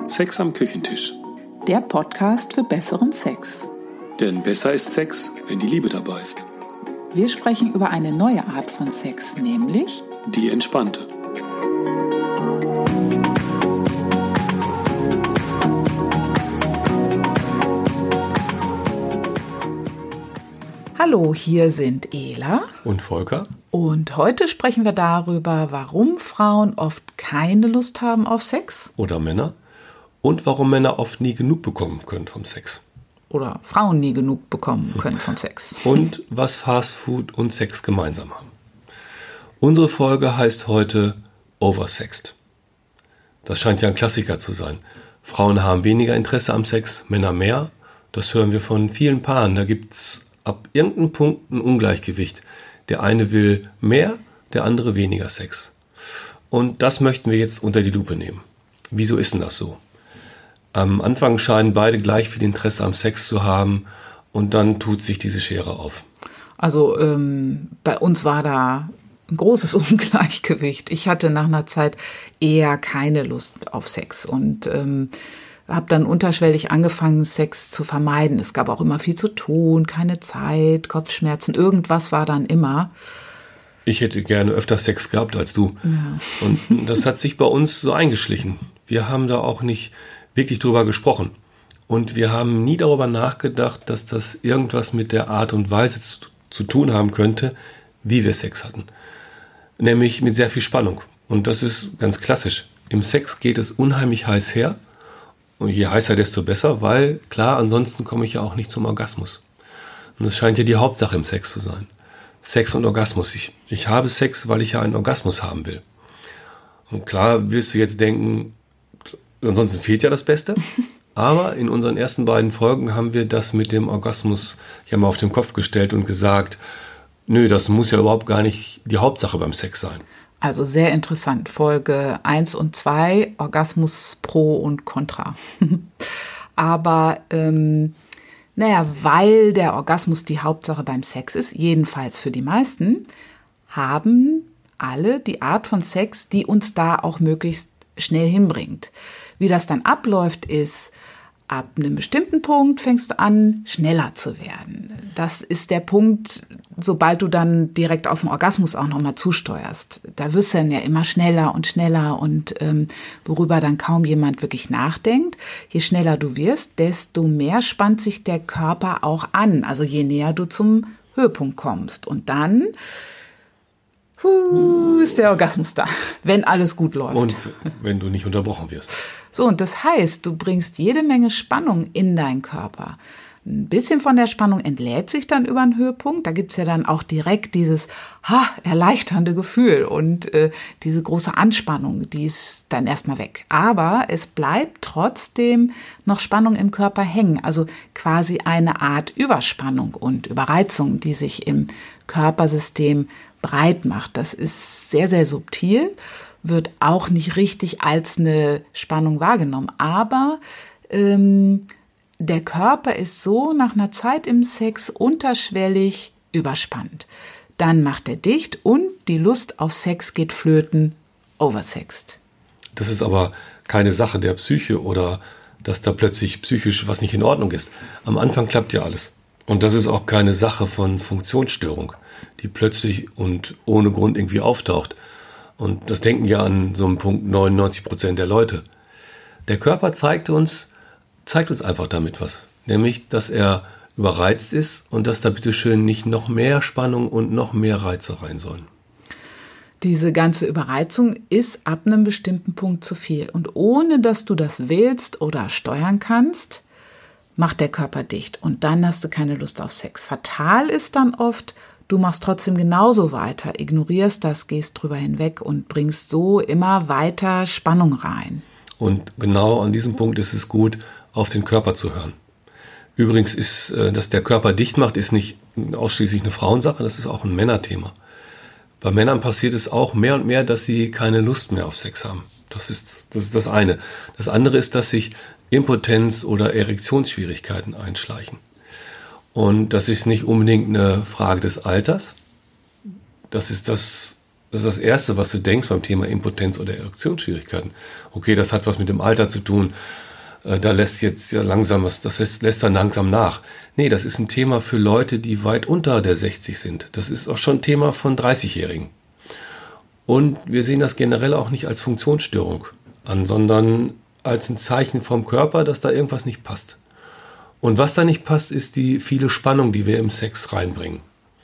Sex am Küchentisch. Der Podcast für besseren Sex. Denn besser ist Sex, wenn die Liebe dabei ist. Wir sprechen über eine neue Art von Sex, nämlich die entspannte. Hallo, hier sind Ela und Volker. Und heute sprechen wir darüber, warum Frauen oft keine Lust haben auf Sex. Oder Männer. Und warum Männer oft nie genug bekommen können vom Sex. Oder Frauen nie genug bekommen können vom Sex. Und was Fastfood und Sex gemeinsam haben. Unsere Folge heißt heute Oversexed. Das scheint ja ein Klassiker zu sein. Frauen haben weniger Interesse am Sex, Männer mehr. Das hören wir von vielen Paaren. Da gibt es ab irgendeinem Punkt ein Ungleichgewicht. Der eine will mehr, der andere weniger Sex. Und das möchten wir jetzt unter die Lupe nehmen. Wieso ist denn das so? Am Anfang scheinen beide gleich viel Interesse am Sex zu haben und dann tut sich diese Schere auf. Also bei uns war da ein großes Ungleichgewicht. Ich hatte nach einer Zeit eher keine Lust auf Sex und habe dann unterschwellig angefangen, Sex zu vermeiden. Es gab auch immer viel zu tun, keine Zeit, Kopfschmerzen, irgendwas war dann immer. Ich hätte gerne öfter Sex gehabt als du. Ja. Und das hat sich bei uns so eingeschlichen. Wir haben da auch nicht wirklich drüber gesprochen. Und wir haben nie darüber nachgedacht, dass das irgendwas mit der Art und Weise zu tun haben könnte, wie wir Sex hatten. Nämlich mit sehr viel Spannung. Und das ist ganz klassisch. Im Sex geht es unheimlich heiß her. Und je heißer, desto besser, weil, klar, ansonsten komme ich ja auch nicht zum Orgasmus. Und das scheint ja die Hauptsache im Sex zu sein. Sex und Orgasmus. Ich habe Sex, weil ich ja einen Orgasmus haben will. Und klar wirst du jetzt denken, ansonsten fehlt ja das Beste. Aber in unseren ersten beiden Folgen haben wir das mit dem Orgasmus ja mal auf den Kopf gestellt und gesagt, nö, das muss ja überhaupt gar nicht die Hauptsache beim Sex sein. Also sehr interessant. Folge 1 und 2, Orgasmus pro und contra. Aber weil der Orgasmus die Hauptsache beim Sex ist, jedenfalls für die meisten, haben alle die Art von Sex, die uns da auch möglichst schnell hinbringt. Wie das dann abläuft, ist, ab einem bestimmten Punkt fängst du an, schneller zu werden. Das ist der Punkt, sobald du dann direkt auf den Orgasmus auch nochmal zusteuerst. Da wirst du dann ja immer schneller und worüber dann kaum jemand wirklich nachdenkt. Je schneller du wirst, desto mehr spannt sich der Körper auch an. Also je näher du zum Höhepunkt kommst. Und dann ist der Orgasmus da, wenn alles gut läuft. Und wenn du nicht unterbrochen wirst. So, und das heißt, du bringst jede Menge Spannung in deinen Körper. Ein bisschen von der Spannung entlädt sich dann über den Höhepunkt. Da gibt's ja dann auch direkt dieses erleichternde Gefühl und diese große Anspannung, die ist dann erstmal weg. Aber es bleibt trotzdem noch Spannung im Körper hängen. Also quasi eine Art Überspannung und Überreizung, die sich im Körpersystem breit macht. Das ist sehr, sehr subtil, wird auch nicht richtig als eine Spannung wahrgenommen. Aber der Körper ist so nach einer Zeit im Sex unterschwellig überspannt. Dann macht er dicht und die Lust auf Sex geht flöten, oversexed. Das ist aber keine Sache der Psyche oder dass da plötzlich psychisch was nicht in Ordnung ist. Am Anfang klappt ja alles. Und das ist auch keine Sache von Funktionsstörung, die plötzlich und ohne Grund irgendwie auftaucht. Und das denken ja an so einem Punkt 99% der Leute. Der Körper zeigt uns einfach damit was. Nämlich, dass er überreizt ist und dass da bitteschön nicht noch mehr Spannung und noch mehr Reize rein sollen. Diese ganze Überreizung ist ab einem bestimmten Punkt zu viel. Und ohne dass du das willst oder steuern kannst, macht der Körper dicht. Und dann hast du keine Lust auf Sex. Fatal ist dann oft, du machst trotzdem genauso weiter, ignorierst das, gehst drüber hinweg und bringst so immer weiter Spannung rein. Und genau an diesem Punkt ist es gut, auf den Körper zu hören. Übrigens ist, dass der Körper dicht macht, ist nicht ausschließlich eine Frauensache, das ist auch ein Männerthema. Bei Männern passiert es auch mehr und mehr, dass sie keine Lust mehr auf Sex haben. Das ist das eine. Das andere ist, dass sich Impotenz oder Erektionsschwierigkeiten einschleichen. Und das ist nicht unbedingt eine Frage des Alters. Das ist Das ist das Erste, was du denkst beim Thema Impotenz oder Erektionsschwierigkeiten. Okay, das hat was mit dem Alter zu tun. Da lässt jetzt ja langsam lässt dann langsam nach. Nee, das ist ein Thema für Leute, die weit unter der 60 sind. Das ist auch schon ein Thema von 30-Jährigen. Und wir sehen das generell auch nicht als Funktionsstörung an, sondern als ein Zeichen vom Körper, dass da irgendwas nicht passt. Und was da nicht passt, ist die viele Spannung, die wir im Sex reinbringen.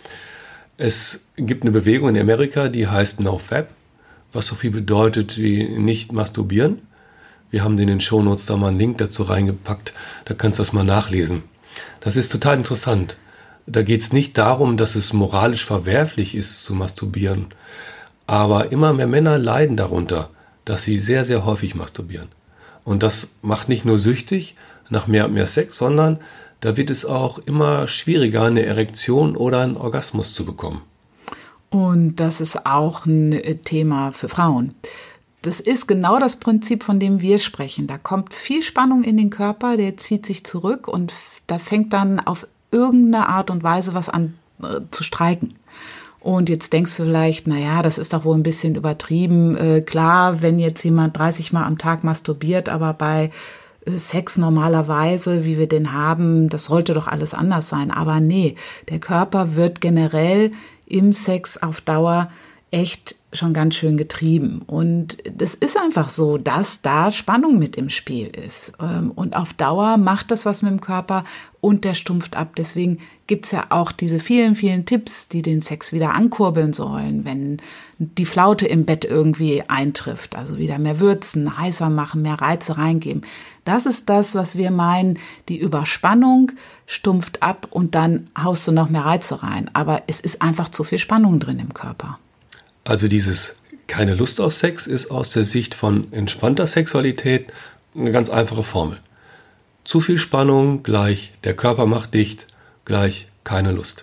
Es gibt eine Bewegung in Amerika, die heißt NoFap, was so viel bedeutet wie nicht masturbieren. Wir haben in den Shownotes da mal einen Link dazu reingepackt, da kannst du das mal nachlesen. Das ist total interessant. Da geht es nicht darum, dass es moralisch verwerflich ist zu masturbieren, aber immer mehr Männer leiden darunter, dass sie sehr, sehr häufig masturbieren. Und das macht nicht nur süchtig nach mehr und mehr Sex, sondern da wird es auch immer schwieriger, eine Erektion oder einen Orgasmus zu bekommen. Und das ist auch ein Thema für Frauen. Das ist genau das Prinzip, von dem wir sprechen. Da kommt viel Spannung in den Körper, der zieht sich zurück und da fängt dann auf irgendeine Art und Weise was an zu streiken. Und jetzt denkst du vielleicht, naja, das ist doch wohl ein bisschen übertrieben. Klar, wenn jetzt jemand 30 Mal am Tag masturbiert, aber bei Sex normalerweise, wie wir den haben, das sollte doch alles anders sein. Aber nee, der Körper wird generell im Sex auf Dauer echt schon ganz schön getrieben. Und das ist einfach so, dass da Spannung mit im Spiel ist. Und auf Dauer macht das was mit dem Körper und der stumpft ab. Deswegen gibt's ja auch diese vielen, vielen Tipps, die den Sex wieder ankurbeln sollen, wenn die Flaute im Bett irgendwie eintrifft. Also wieder mehr würzen, heißer machen, mehr Reize reingeben. Das ist das, was wir meinen. Die Überspannung stumpft ab und dann haust du noch mehr Reize rein. Aber es ist einfach zu viel Spannung drin im Körper. Also dieses keine Lust auf Sex ist aus der Sicht von entspannter Sexualität eine ganz einfache Formel. Zu viel Spannung gleich der Körper macht dicht gleich keine Lust.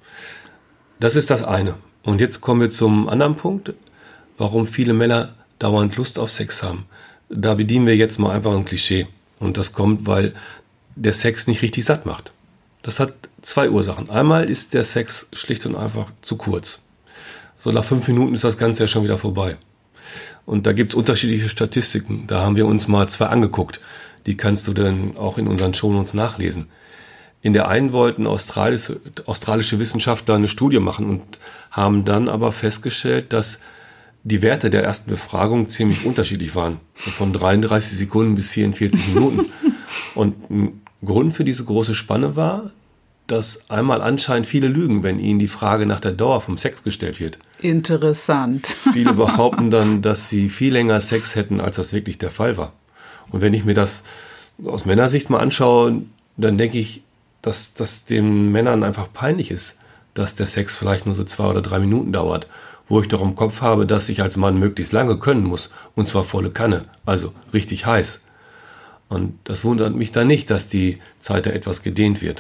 Das ist das eine. Und jetzt kommen wir zum anderen Punkt, warum viele Männer dauernd Lust auf Sex haben. Da bedienen wir jetzt mal einfach ein Klischee. Und das kommt, weil der Sex nicht richtig satt macht. Das hat zwei Ursachen. Einmal ist der Sex schlicht und einfach zu kurz. So nach 5 Minuten ist das Ganze ja schon wieder vorbei. Und da gibt es unterschiedliche Statistiken. Da haben wir uns mal 2 angeguckt. Die kannst du dann auch in unseren Shownotes nachlesen. In der einen wollten australische Wissenschaftler eine Studie machen und haben dann aber festgestellt, dass die Werte der ersten Befragung ziemlich unterschiedlich waren. Von 33 Sekunden bis 44 Minuten. Und ein Grund für diese große Spanne war, dass einmal anscheinend viele lügen, wenn ihnen die Frage nach der Dauer vom Sex gestellt wird. Interessant. Viele behaupten dann, dass sie viel länger Sex hätten, als das wirklich der Fall war. Und wenn ich mir das aus Männersicht mal anschaue, dann denke ich, dass das den Männern einfach peinlich ist, dass der Sex vielleicht nur so 2 oder 3 Minuten dauert, wo ich doch im Kopf habe, dass ich als Mann möglichst lange können muss, und zwar volle Kanne, also richtig heiß. Und das wundert mich dann nicht, dass die Zeit da etwas gedehnt wird.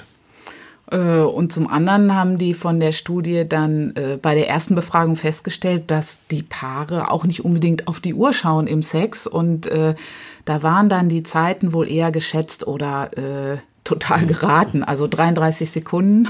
Und zum anderen haben die von der Studie dann bei der ersten Befragung festgestellt, dass die Paare auch nicht unbedingt auf die Uhr schauen im Sex. Und da waren dann die Zeiten wohl eher geschätzt oder total geraten, also 33 Sekunden.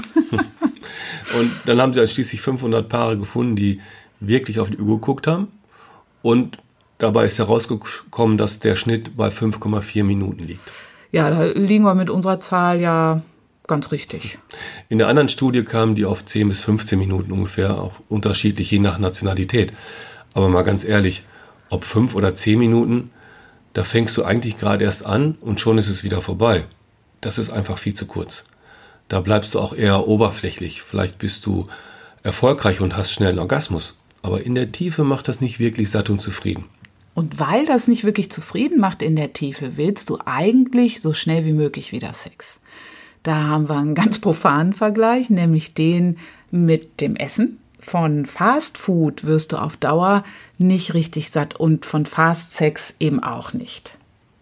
Und dann haben sie halt schließlich 500 Paare gefunden, die wirklich auf die Uhr geguckt haben. Und dabei ist herausgekommen, dass der Schnitt bei 5,4 Minuten liegt. Ja, da liegen wir mit unserer Zahl ja ganz richtig. In der anderen Studie kamen die auf 10 bis 15 Minuten ungefähr, auch unterschiedlich je nach Nationalität. Aber mal ganz ehrlich, ob 5 oder 10 Minuten, da fängst du eigentlich gerade erst an und schon ist es wieder vorbei. Das ist einfach viel zu kurz. Da bleibst du auch eher oberflächlich. Vielleicht bist du erfolgreich und hast schnell einen Orgasmus. Aber in der Tiefe macht das nicht wirklich satt und zufrieden. Und weil das nicht wirklich zufrieden macht in der Tiefe, willst du eigentlich so schnell wie möglich wieder Sex. Da haben wir einen ganz profanen Vergleich, nämlich den mit dem Essen. Von Fast Food wirst du auf Dauer nicht richtig satt und von Fast Sex eben auch nicht.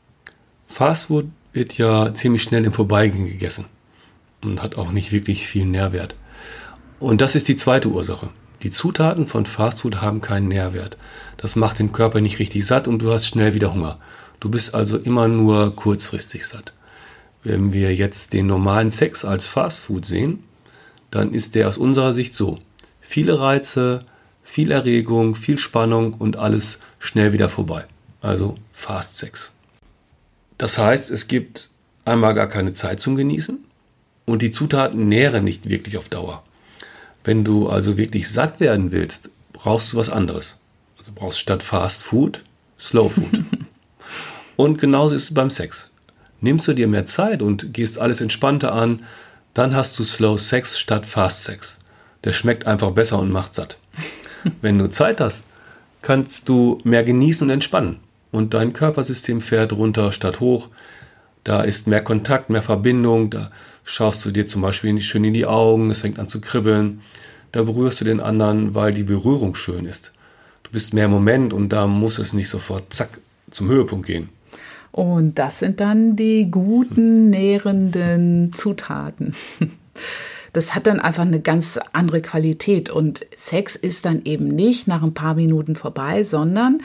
Fast Food wird ja ziemlich schnell im Vorbeigehen gegessen und hat auch nicht wirklich viel Nährwert. Und das ist die zweite Ursache. Die Zutaten von Fast Food haben keinen Nährwert. Das macht den Körper nicht richtig satt und du hast schnell wieder Hunger. Du bist also immer nur kurzfristig satt. Wenn wir jetzt den normalen Sex als Fast Food sehen, dann ist der aus unserer Sicht so. Viele Reize, viel Erregung, viel Spannung und alles schnell wieder vorbei. Also Fast Sex. Das heißt, es gibt einmal gar keine Zeit zum Genießen und die Zutaten nähren nicht wirklich auf Dauer. Wenn du also wirklich satt werden willst, brauchst du was anderes. Also brauchst statt Fast Food Slow Food. Und genauso ist es beim Sex. Nimmst du dir mehr Zeit und gehst alles entspannter an, dann hast du Slow Sex statt Fast Sex. Der schmeckt einfach besser und macht satt. Wenn du Zeit hast, kannst du mehr genießen und entspannen. Und dein Körpersystem fährt runter statt hoch. Da ist mehr Kontakt, mehr Verbindung. Da schaust du dir zum Beispiel schön in die Augen, es fängt an zu kribbeln. Da berührst du den anderen, weil die Berührung schön ist. Du bist mehr im Moment und da muss es nicht sofort zack zum Höhepunkt gehen. Und das sind dann die guten, nährenden Zutaten. Das hat dann einfach eine ganz andere Qualität. Und Sex ist dann eben nicht nach ein paar Minuten vorbei, sondern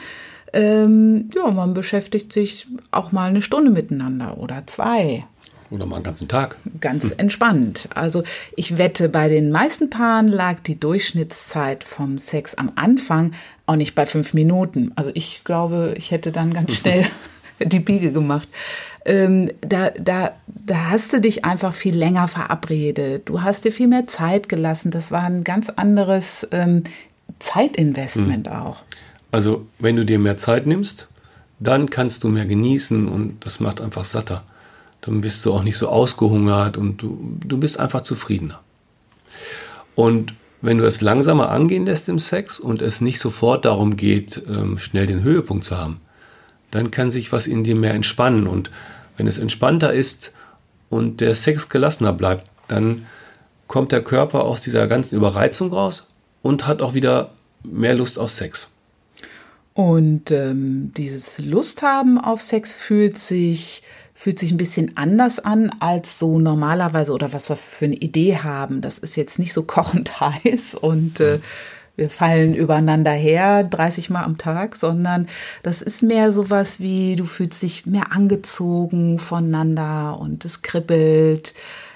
man beschäftigt sich auch mal eine Stunde miteinander oder 2. Oder mal einen ganzen Tag. Ganz entspannt. Also ich wette, bei den meisten Paaren lag die Durchschnittszeit vom Sex am Anfang auch nicht bei 5 Minuten. Also ich glaube, ich hätte dann ganz schnell die Biege gemacht. Da hast du dich einfach viel länger verabredet. Du hast dir viel mehr Zeit gelassen. Das war ein ganz anderes Zeitinvestment auch. Also wenn du dir mehr Zeit nimmst, dann kannst du mehr genießen und das macht einfach satter. Dann bist du auch nicht so ausgehungert und du bist einfach zufriedener. Und wenn du es langsamer angehen lässt im Sex und es nicht sofort darum geht, schnell den Höhepunkt zu haben, dann kann sich was in dir mehr entspannen. Und wenn es entspannter ist und der Sex gelassener bleibt, dann kommt der Körper aus dieser ganzen Überreizung raus und hat auch wieder mehr Lust auf Sex. Und dieses Lust haben auf Sex fühlt sich ein bisschen anders an als so normalerweise oder was wir für eine Idee haben. Das ist jetzt nicht so kochend heiß und wir fallen übereinander her 30 Mal am Tag, sondern das ist mehr sowas wie, du fühlst dich mehr angezogen voneinander und es kribbelt.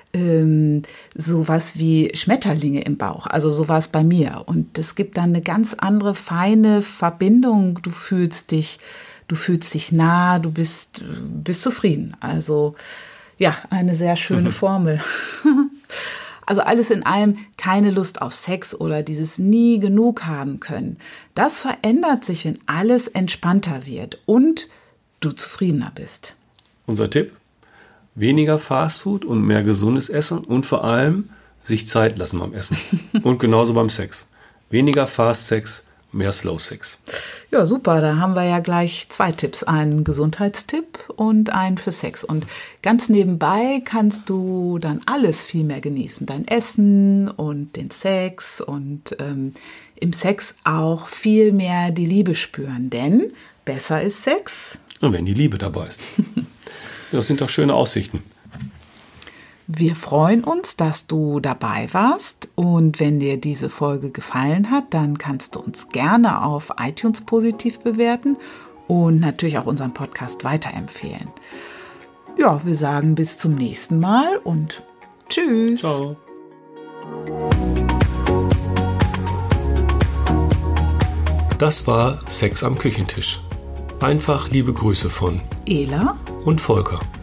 Sowas wie Schmetterlinge im Bauch, also so war es bei mir. Und es gibt dann eine ganz andere, feine Verbindung. Du fühlst dich nah, du bist zufrieden. Also ja, eine sehr schöne Formel. Also alles in allem keine Lust auf Sex oder dieses nie genug haben können. Das verändert sich, wenn alles entspannter wird und du zufriedener bist. Unser Tipp? Weniger Fastfood und mehr gesundes Essen und vor allem sich Zeit lassen beim Essen. Und genauso beim Sex. Weniger Fast Sex, mehr Slow Sex. Ja, super. Da haben wir ja gleich 2 Tipps. Einen Gesundheitstipp und einen für Sex. Und ganz nebenbei kannst du dann alles viel mehr genießen. Dein Essen und den Sex und im Sex auch viel mehr die Liebe spüren. Denn besser ist Sex. Und wenn die Liebe dabei ist. Das sind doch schöne Aussichten. Wir freuen uns, dass du dabei warst und wenn dir diese Folge gefallen hat, dann kannst du uns gerne auf iTunes positiv bewerten und natürlich auch unseren Podcast weiterempfehlen. Ja, wir sagen bis zum nächsten Mal und tschüss. Ciao. Das war Sex am Küchentisch. Einfach liebe Grüße von Ela und Volker.